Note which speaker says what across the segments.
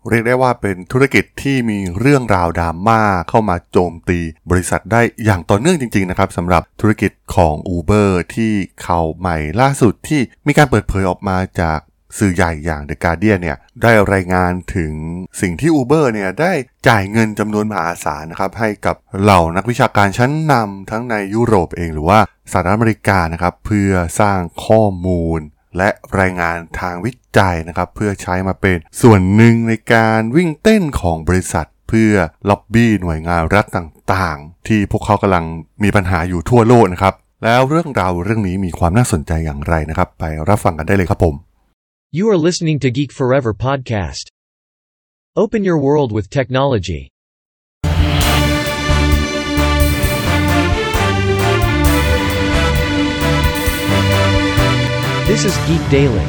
Speaker 1: เรียกได้ว่าเป็นธุรกิจที่มีเรื่องราวดราม่าเข้ามาโจมตีบริษัทได้อย่างต่อเนื่องจริงๆนะครับสำหรับธุรกิจของ Uber ที่ข่าวใหม่ล่าสุดที่มีการเปิดเผยออกมาจากสื่อใหญ่อย่าง The Guardian เนี่ยได้รายงานถึงสิ่งที่ Uber เนี่ยได้จ่ายเงินจำนวนมหาศาลนะครับให้กับเหล่านักวิชาการชั้นนำทั้งในยุโรปเองหรือว่าสหรัฐอเมริกานะครับเพื่อสร้างข้อมูลและรายงานทางวิจัยนะครับเพื่อใช้มาเป็นส่วนหนึ่งในการวิ่งเต้นของบริษัทเพื่อล็อบบี้หน่วยงานรัฐต่างๆที่พวกเขากำลังมีปัญหาอยู่ทั่วโลกนะครับแล้วเรื่องราวเรื่องนี้มีความน่าสนใจอย่างไรนะครับไปรับฟังกันได้เลยครับผม
Speaker 2: You are listening to Geek Forever podcast. Open your world with technology. This is Geek Daily.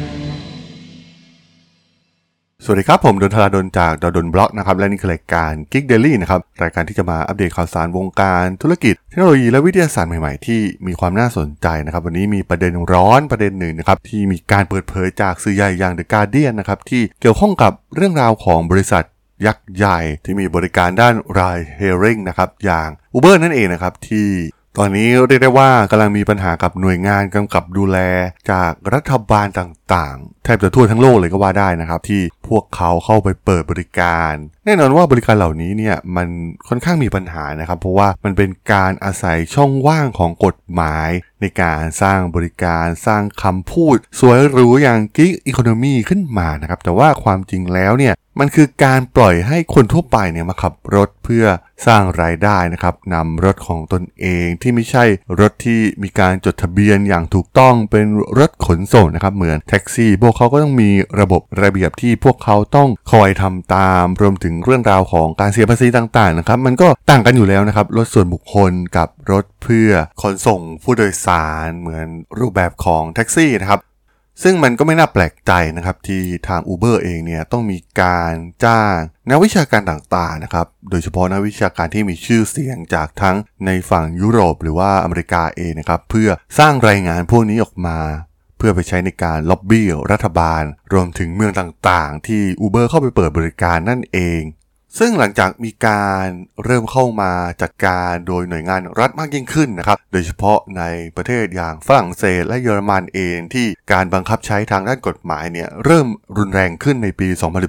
Speaker 1: สวัสดีครับผมดนทราดลจากดนบล็อกนะครับและนี่คือรายการ Geek Daily นะครับรายการที่จะมาอัปเดตข่าวสารวงการธุรกิจเทคโนโลยีและวิทยาศาสตร์ใหม่ๆที่มีความน่าสนใจนะครับวันนี้มีประเด็นร้อนประเด็นหนึ่งนะครับที่มีการเปิดเผยจากสื่อใหญ่อย่าง The Guardian นะครับที่เกี่ยวข้องกับเรื่องราวของบริษัทยักษ์ใหญ่ที่มีบริการด้าน Ride Hailing นะครับอย่าง Uber นั่นเองนะครับที่ตอนนี้เรียกได้ว่ากำลังมีปัญหากับหน่วยงานกำกับดูแลจากรัฐบาลต่างๆแทบจะทั่วทั้งโลกเลยก็ว่าได้นะครับที่พวกเขาเข้าไปเปิดบริการแน่นอนว่าบริการเหล่านี้เนี่ยมันค่อนข้างมีปัญหานะครับเพราะว่ามันเป็นการอาศัยช่องว่างของกฎหมายในการสร้างบริการสร้างคำพูดสวยหรูอย่าง Gig Economy ขึ้นมานะครับแต่ว่าความจริงแล้วเนี่ยมันคือการปล่อยให้คนทั่วไปเนี่ยมาขับรถเพื่อสร้างรายได้นะครับนำรถของตนเองที่ไม่ใช่รถที่มีการจดทะเบียนอย่างถูกต้องเป็นรถขนส่งนะครับเหมือนแท็กซี่พวกเขาก็ต้องมีระบบระเบียบที่พวกเขาต้องคอยทำตามรวมถึงเรื่องราวของการเสียภาษีต่างๆนะครับมันก็ต่างกันอยู่แล้วนะครับรถส่วนบุคคลกับรถเพื่อขนส่งผู้โดยสารเหมือนรูปแบบของแท็กซี่นะครับซึ่งมันก็ไม่น่าแปลกใจนะครับที่ทาง Uber เองเนี่ยต้องมีการจ้างนักวิชาการต่างๆนะครับโดยเฉพาะนักวิชาการที่มีชื่อเสียงจากทั้งในฝั่งยุโรปหรือว่าอเมริกาเองนะครับเพื่อสร้างรายงานพวกนี้ออกมาเพื่อไปใช้ในการล็อบบี้รัฐบาลรวมถึงเมืองต่างๆที่ Uber เข้าไปเปิดบริการนั่นเองซึ่งหลังจากมีการเริ่มเข้ามาจัดการโดยหน่วยงานรัฐมากยิ่งขึ้นนะครับโดยเฉพาะในประเทศอย่างฝรั่งเศสและเยอรมันเองที่การบังคับใช้ทางด้านกฎหมายเนี่ยเริ่มรุนแรงขึ้นในปี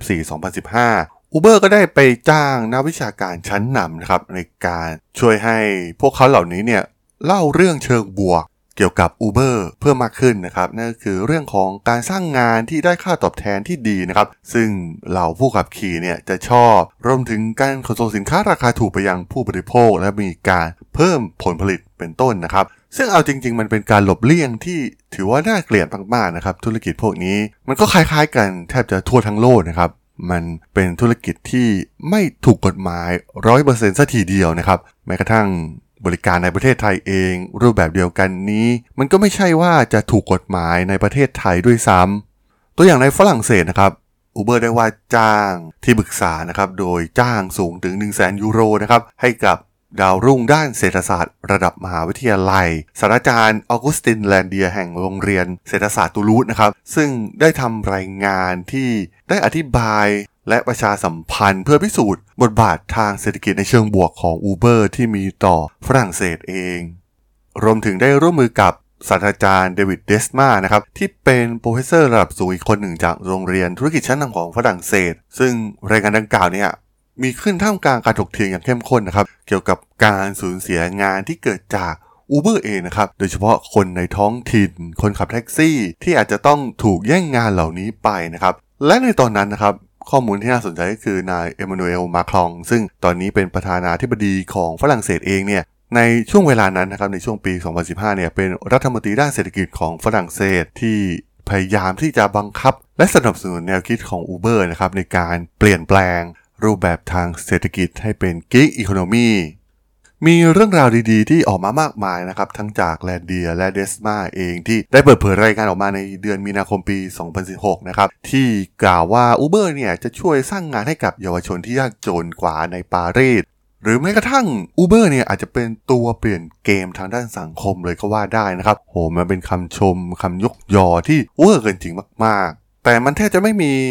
Speaker 1: 2014-2015 Uber ก็ได้ไปจ้างนักวิชาการชั้นนำนะครับในการช่วยให้พวกเขาเหล่านี้เนี่ยเล่าเรื่องเชิงบวกเกี่ยวกับ Uber เพิ่มมากขึ้นนะครับนั่นก็คือเรื่องของการสร้างงานที่ได้ค่าตอบแทนที่ดีนะครับซึ่งเหล่าผู้ขับขี่เนี่ยจะชอบรวมถึงการขนส่งสินค้าราคาถูกไปยังผู้บริโภคและมีการเพิ่มผลผลิตเป็นต้นนะครับซึ่งเอาจริงๆมันเป็นการหลบเลี่ยงที่ถือว่าน่าเกลียดมากๆนะครับธุรกิจพวกนี้มันก็คล้ายๆกันแทบจะทั่วทั้งโลกนะครับมันเป็นธุรกิจที่ไม่ถูกกฎหมาย 100% ซะทีเดียวนะครับแม้กระทั่งบริการในประเทศไทยเองรูปแบบเดียวกันนี้มันก็ไม่ใช่ว่าจะถูกกฎหมายในประเทศไทยด้วยซ้ำตัวอย่างในฝรั่งเศสนะครับ Uber ได้ว่าจ้างที่ปรึกษานะครับโดยจ้างสูงถึง 100,000 ยูโรนะครับให้กับดาวรุ่งด้านเศรษฐศาสตร์ระดับมหาวิทยาลัยศาสตราจารย์ออกุสตินแลนเดียแห่งโรงเรียนเศรษฐศาสตร์ตูลูสนะครับซึ่งได้ทำรายงานที่ได้อธิบายและประชาสัมพันธ์เพื่อพิสูจน์บทบาททางเศรษฐกิจในเชิงบวกของ Uber ที่มีต่อฝรั่งเศสเองรวมถึงได้ร่วมมือกับศาสตราจารย์เดวิดเดสมานะครับที่เป็นโปรเฟสเซอร์ระดับสูงอีกคนหนึ่งจากโรงเรียนธุรกิจชั้นนำของฝรั่งเศสซึ่งรายงานดังกล่าวเนี่ยมีขึ้นท่ามกลางการถกเถียงอย่างเข้มข้นนะครับเกี่ยวกับการสูญเสียงานที่เกิดจาก Uber เองนะครับโดยเฉพาะคนในท้องถิ่นคนขับแท็กซี่ที่อาจจะต้องถูกแย่งงานเหล่านี้ไปนะครับและในตอนนั้นนะครับข้อมูลที่น่าสนใจก็คือนายเอมานูเอลมาครองซึ่งตอนนี้เป็นประธานาธิบดีของฝรั่งเศสเองเนี่ยในช่วงเวลานั้นนะครับในช่วงปี 2015 เนี่ยเป็นรัฐมนตรีด้านเศรษฐกิจของฝรั่งเศสที่พยายามที่จะบังคับและสนับสนุนแนวคิดของ Uber นะครับในการเปลี่ยนแปลงรูปแบบทางเศรษฐกิจให้เป็น Gig Economy มีเรื่องราวดีๆที่ออกมามากมายนะครับทั้งจากแลนเดียและเดสมาเองที่ได้เปิดเผยรายงานออกมาในเดือนมีนาคมปี 2016 นะครับที่กล่าวว่า Uber เนี่ยจะช่วยสร้างงานให้กับเยาวชนที่ยากจนกว่าในปารีสหรือแม้กระทั่ง Uber เนี่ยอาจจะเป็นตัวเปลี่ยนเกมทางด้านสังคมเลยก็ว่าได้นะครับโหมันเป็นคำชมคำยกยอที่เวอร์เกินจริงมากๆแต่มันแทบจะไม่มี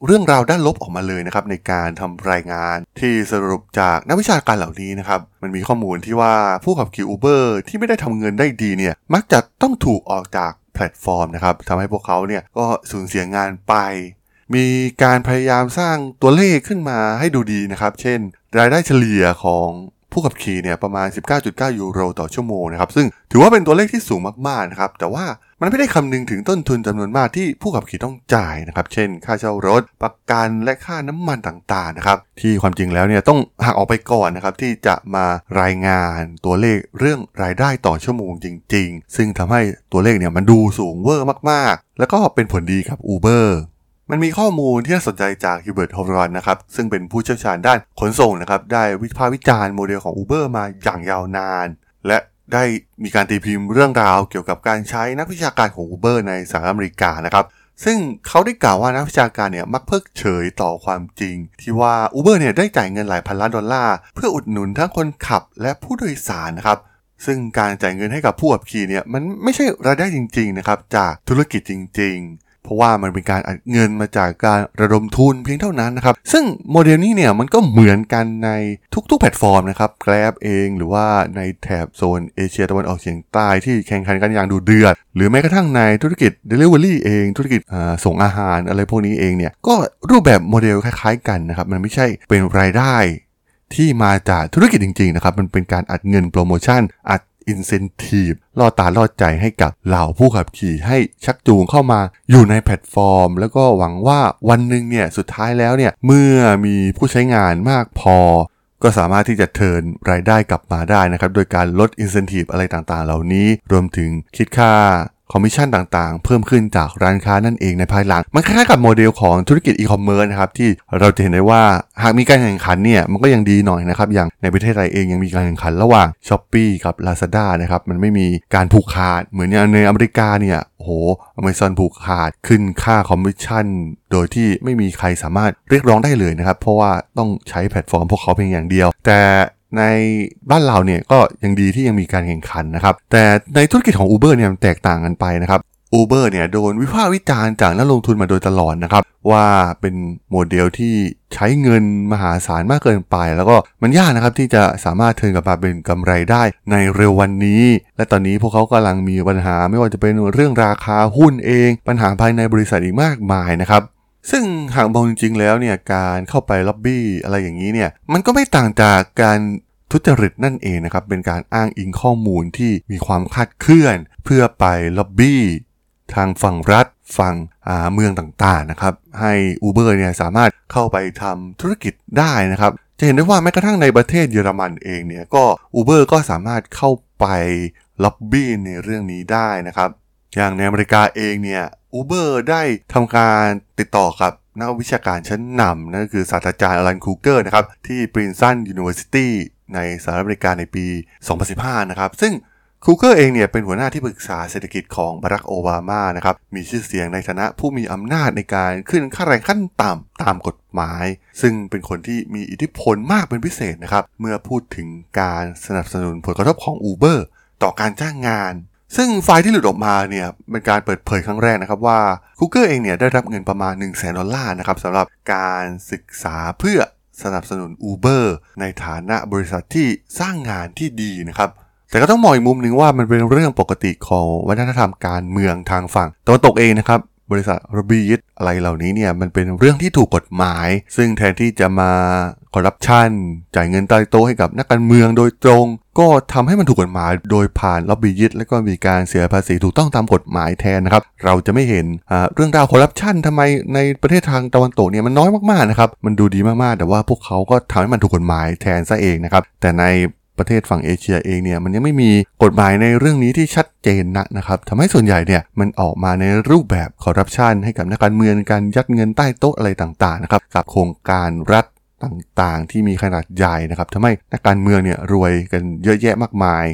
Speaker 1: เรื่องราวด้านลบออกมาเลยนะครับในการทำรายงานที่สรุปจากนักวิชาการเหล่านี้นะครับมันมีข้อมูลที่ว่าผู้ขับขี่ Uber ที่ไม่ได้ทำเงินได้ดีเนี่ยมักจะต้องถูกออกจากแพลตฟอร์มนะครับทำให้พวกเขาเนี่ยก็สูญเสียงานไปมีการพยายามสร้างตัวเลขขึ้นมาให้ดูดีนะครับเช่นรายได้เฉลี่ยของผู้ขับขี่เนี่ยประมาณ 19.9 ยูโรต่อชั่วโมงนะครับซึ่งถือว่าเป็นตัวเลขที่สูงมากๆนะครับแต่ว่ามันไม่ได้คำนึงถึงต้นทุนจำนวนมากที่ผู้ขับขี่ต้องจ่ายนะครับเช่นค่าเช่ารถประกันและค่าน้ำมันต่างๆนะครับที่ความจริงแล้วเนี่ยต้องหักออกไปก่อนนะครับที่จะมารายงานตัวเลขเรื่องรายได้ต่อชั่วโมงจริงๆซึ่งทำให้ตัวเลขเนี่ยมันดูสูงเวอร์มากๆแล้วก็เป็นผลดีกับ Uberมันมีข้อมูลที่น่าสนใจจากฮิวเบิร์ต ฮอฟรอนนะครับซึ่งเป็นผู้เชี่ยวชาญด้านขนส่งนะครับได้วิพากษ์วิจารณ์โมเดลของ Uber มาอย่างยาวนานและได้มีการตีพิมพ์เรื่องราวเกี่ยวกับการใช้นักวิชาการของ Uber ในสหรัฐอเมริกานะครับซึ่งเขาได้กล่าวว่านักวิชาการเนี่ยมักเพิกเฉยต่อความจริงที่ว่า Uber เนี่ยได้จ่ายเงินหลายพันล้านดอลลาร์เพื่ออุดหนุนทั้งคนขับและผู้โดยสารนะครับซึ่งการจ่ายเงินให้กับผู้ขับขี่เนี่ยมันไม่ใช่รายได้จริงๆนะครับจากธุรกิจจริงๆเพราะว่ามันเป็นการอัดเงินมาจากการระดมทุนเพียงเท่านั้นนะครับซึ่งโมเดลนี้เนี่ยมันก็เหมือนกันในทุกๆแพลตฟอร์มนะครับ Grab เองหรือว่าในแถบโซนเอเชียตะวันออกเฉียงใต้ที่แข่งขันกันอย่างดุเดือดหรือแม้กระทั่งในธุรกิจ Delivery เองธุรกิจส่งอาหารอะไรพวกนี้เองเนี่ยก็รูปแบบโมเดลคล้ายๆกันนะครับมันไม่ใช่เป็นรายได้ที่มาจากธุรกิจจริงๆนะครับมันเป็นการอัดเงินโปรโมชั่นอัดincentive ล่อตาล่อใจให้กับเหล่าผู้ขับขี่ให้ชักจูงเข้ามาอยู่ในแพลตฟอร์มแล้วก็หวังว่าวันหนึ่งเนี่ยสุดท้ายแล้วเนี่ยเมื่อมีผู้ใช้งานมากพอก็สามารถที่จะเทิร์นรายได้กลับมาได้นะครับโดยการลด incentive อะไรต่างๆเหล่านี้รวมถึงคิดค่าคอมมิชชั่นต่างๆเพิ่มขึ้นจากร้านค้านั่นเองในภายหลังมันคล้ายๆกับโมเดลของธุรกิจอีคอมเมิร์ซนะครับที่เราจะเห็นได้ว่าหากมีการแข่งขันเนี่ยมันก็ยังดีหน่อยนะครับอย่างในประเทศไทยเองยังมีการแข่งขันระหว่าง Shopee กับ Lazada นะครับมันไม่มีการผูกขาดเหมือนอย่างในอเมริกาเนี่ยโอ้โห Amazon ผูกขาดขึ้นค่าคอมมิชชั่นโดยที่ไม่มีใครสามารถเรียกร้องได้เลยนะครับเพราะว่าต้องใช้แพลตฟอร์มพวกเขาเพียงอย่างเดียวแต่ในบ้านเราเนี่ยก็ยังดีที่ยังมีการแข่งขันนะครับแต่ในธุรกิจของ Uber เนี่ยมันแตกต่างกันไปนะครับ Uber เนี่ยโดนวิพากษ์วิจารณ์จากนักลงทุนมาโดยตลอดนะครับว่าเป็นโมเดลที่ใช้เงินมหาศาลมากเกินไปแล้วก็มันยากนะครับที่จะสามารถเทิร์นกลับมาเป็นกำไรได้ในเร็ววันนี้และตอนนี้พวกเขากำลังมีปัญหาไม่ว่าจะเป็นเรื่องราคาหุ้นเองปัญหาภายในบริษัทอีกมากมายนะครับซึ่งหากมองจริงๆแล้วเนี่ยการเข้าไปล็อบบี้อะไรอย่างนี้เนี่ยมันก็ไม่ต่างจากการทุจริตนั่นเองนะครับเป็นการอ้างอิงข้อมูลที่มีความคลาดเคลื่อนเพื่อไปล็อบบี้ทางฝั่งรัฐฝั่งเมืองต่างๆนะครับให้ Uber เนี่ยสามารถเข้าไปทำธุรกิจได้นะครับจะเห็นได้ว่าแม้กระทั่งในประเทศเยอรมันเองเนี่ยก็ Uber ก็สามารถเข้าไปล็อบบี้ในเรื่องนี้ได้นะครับอย่างในอเมริกาเองเนี่ย Uber ได้ทำการติดต่อกับนักวิชาการชั้นนำนั่นก็คือศาสตราจารย์อลัน คูเกอร์นะครับที่ Princeton University ในสหรัฐอเมริกาในปี 2015 นะครับซึ่งคูเกอร์เองเนี่ยเป็นหัวหน้าที่ปรึกษาเศรษฐกิจของบารักโอบามานะครับมีชื่อเสียงในฐานะผู้มีอำนาจในการขึ้นค่าแรงขั้นต่ำตามกฎหมายซึ่งเป็นคนที่มีอิทธิพลมากเป็นพิเศษนะครับเมื่อพูดถึงการสนับสนุนผลกระทบของ Uber ต่อการจ้างงานซึ่งไฟล์ที่หลุดออกมาเนี่ยเป็นการเปิดเผยครั้งแรกนะครับว่า Google เองเนี่ยได้รับเงินประมาณ $100,000 นะครับสำหรับการศึกษาเพื่อสนับสนุน Uber ในฐานะบริษัทที่สร้างงานที่ดีนะครับแต่ก็ต้องมองอีกมุมนึงว่ามันเป็นเรื่องปกติของวัฒนธรรมการเมืองทางฝั่งตะวันตกเองนะครับบริษัทล็อบบี้ยิสต์อะไรเหล่านี้เนี่ยมันเป็นเรื่องที่ถูกกฎหมายซึ่งแทนที่จะมาคอร์รัปชันจ่ายเงินใต้โต๊ะให้กับนักการเมืองโดยตรงก็ทำให้มันถูกกฎหมายโดยผ่านล็อบบี้ยิสต์แล้วก็มีการเสียภาษีถูกต้องตามกฎหมายแทนนะครับเราจะไม่เห็นเรื่องราวคอร์รัปชันทำไมในประเทศทางตะวันตกเนี่ยมันน้อยมากๆนะครับมันดูดีมากๆแต่ว่าพวกเขาก็ทำให้มันถูกกฎหมายแทนซะเองนะครับแต่ในประเทศฝั่งเอเชียเองเนี่ยมันยังไม่มีกฎหมายในเรื่องนี้ที่ชัดเจนนะครับทำให้ส่วนใหญ่เนี่ยมันออกมาในรูปแบบคอร์รัปชันให้กับนักการเมืองการยัดเงินใต้โต๊ะอะไรต่างๆนะครับกับโครงการรัฐต่างๆที่มีขนาดใหญ่นะครับทำให้นักการเมืองเนี่ยรวยกันเยอะแยะมากมาย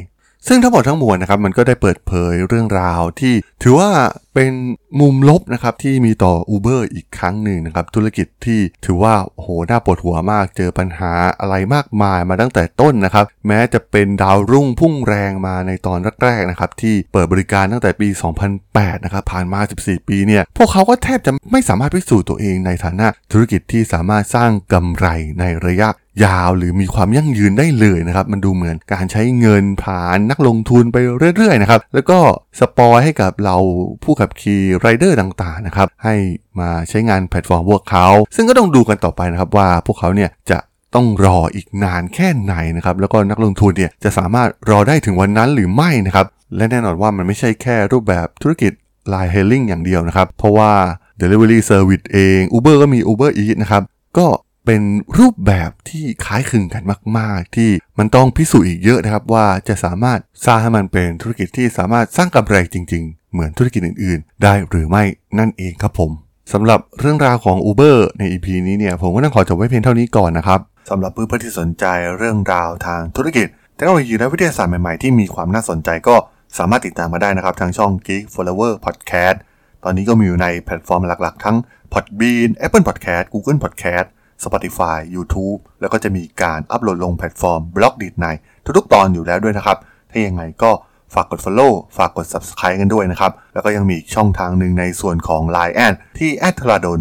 Speaker 1: ซึ่งทั้งหมดทั้งมวลนะครับมันก็ได้เปิดเผยเรื่องราวที่ถือว่าเป็นมุมลบนะครับที่มีต่อ Uber อีกครั้งหนึ่งนะครับธุรกิจที่ถือว่าโอ้โหน่าปวดหัวมากเจอปัญหาอะไรมากมายมาตั้งแต่ต้นนะครับแม้จะเป็นดาวรุ่งพุ่งแรงมาในตอนแรกๆนะครับที่เปิดบริการตั้งแต่ปี 2008 นะครับผ่านมา 14 ปีเนี่ยพวกเขาก็แทบจะไม่สามารถพิสูจน์ตัวเองในฐานะธุรกิจที่สามารถสร้างกำไรในระยะยาวหรือมีความยั่งยืนได้เลยนะครับมันดูเหมือนการใช้เงินผ่านนักลงทุนไปเรื่อยๆนะครับแล้วก็สปอยให้กับเราผู้ขับขี่ไรเดอร์ต่างๆนะครับให้มาใช้งานแพลตฟอร์มพวกเขาซึ่งก็ต้องดูกันต่อไปนะครับว่าพวกเขาเนี่ยจะต้องรออีกนานแค่ไหนนะครับแล้วก็นักลงทุนเนี่ยจะสามารถรอได้ถึงวันนั้นหรือไม่นะครับและแน่นอนว่ามันไม่ใช่แค่รูปแบบธุรกิจ Ride Hailing อย่างเดียวนะครับเพราะว่า Delivery Service เอง Uber ก็มี Uber Eats นะครับก็เป็นรูปแบบที่คล้ายคลึงกันมากๆที่มันต้องพิสูจน์อีกเยอะนะครับว่าจะสามารถสร้างให้มันเป็นธุรกิจที่สามารถสร้างกำไรจริงๆเหมือนธุรกิจอื่นๆได้หรือไม่นั่นเองครับผมสำหรับเรื่องราวของ Uber ใน EP นี้เนี่ยผมก็ต้องขอจบไว้เพียงเท่านี้ก่อนนะครับสำหรับเพื่อนๆที่สนใจเรื่องราวทางธุรกิจเทคโนโลยีและวิทยาศาสตร์ใหม่ๆที่มีความน่าสนใจก็สามารถติดตามมาได้นะครับทางช่อง Geek Forever Podcast ตอนนี้ก็มีอยู่ในแพลตฟอร์มหลักๆทั้ง Podbean Apple Podcast Google Podcast Spotify YouTube แล้วก็จะมีการอัปโหลดลงแพลตฟอร์ม Blogdit ในทุกๆตอนอยู่แล้วด้วยนะครับถ้ายังไงก็ฝากกด follow ฝากกด subscribe กันด้วยนะครับแล้วก็ยังมีช่องทางหนึ่งในส่วนของ Line แอดที่ @thradol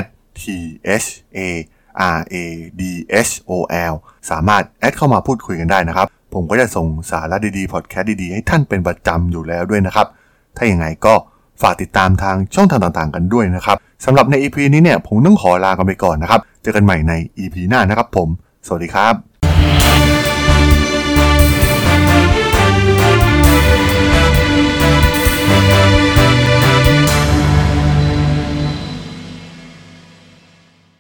Speaker 1: @thradol สามารถแอดเข้ามาพูดคุยกันได้นะครับผมก็จะส่งสาระดีๆพอดแคสต์ดีๆให้ท่านเป็นประจำอยู่แล้วด้วยนะครับถ้ายังไงก็ฝากติดตามทางช่องทางต่างๆกันด้วยนะครับสำหรับใน EP นี้เนี่ยผมต้องขอลากันไปก่อนนะครับเจอกันใหม่ใน EP หน้านะครับผมสวัสดีครับ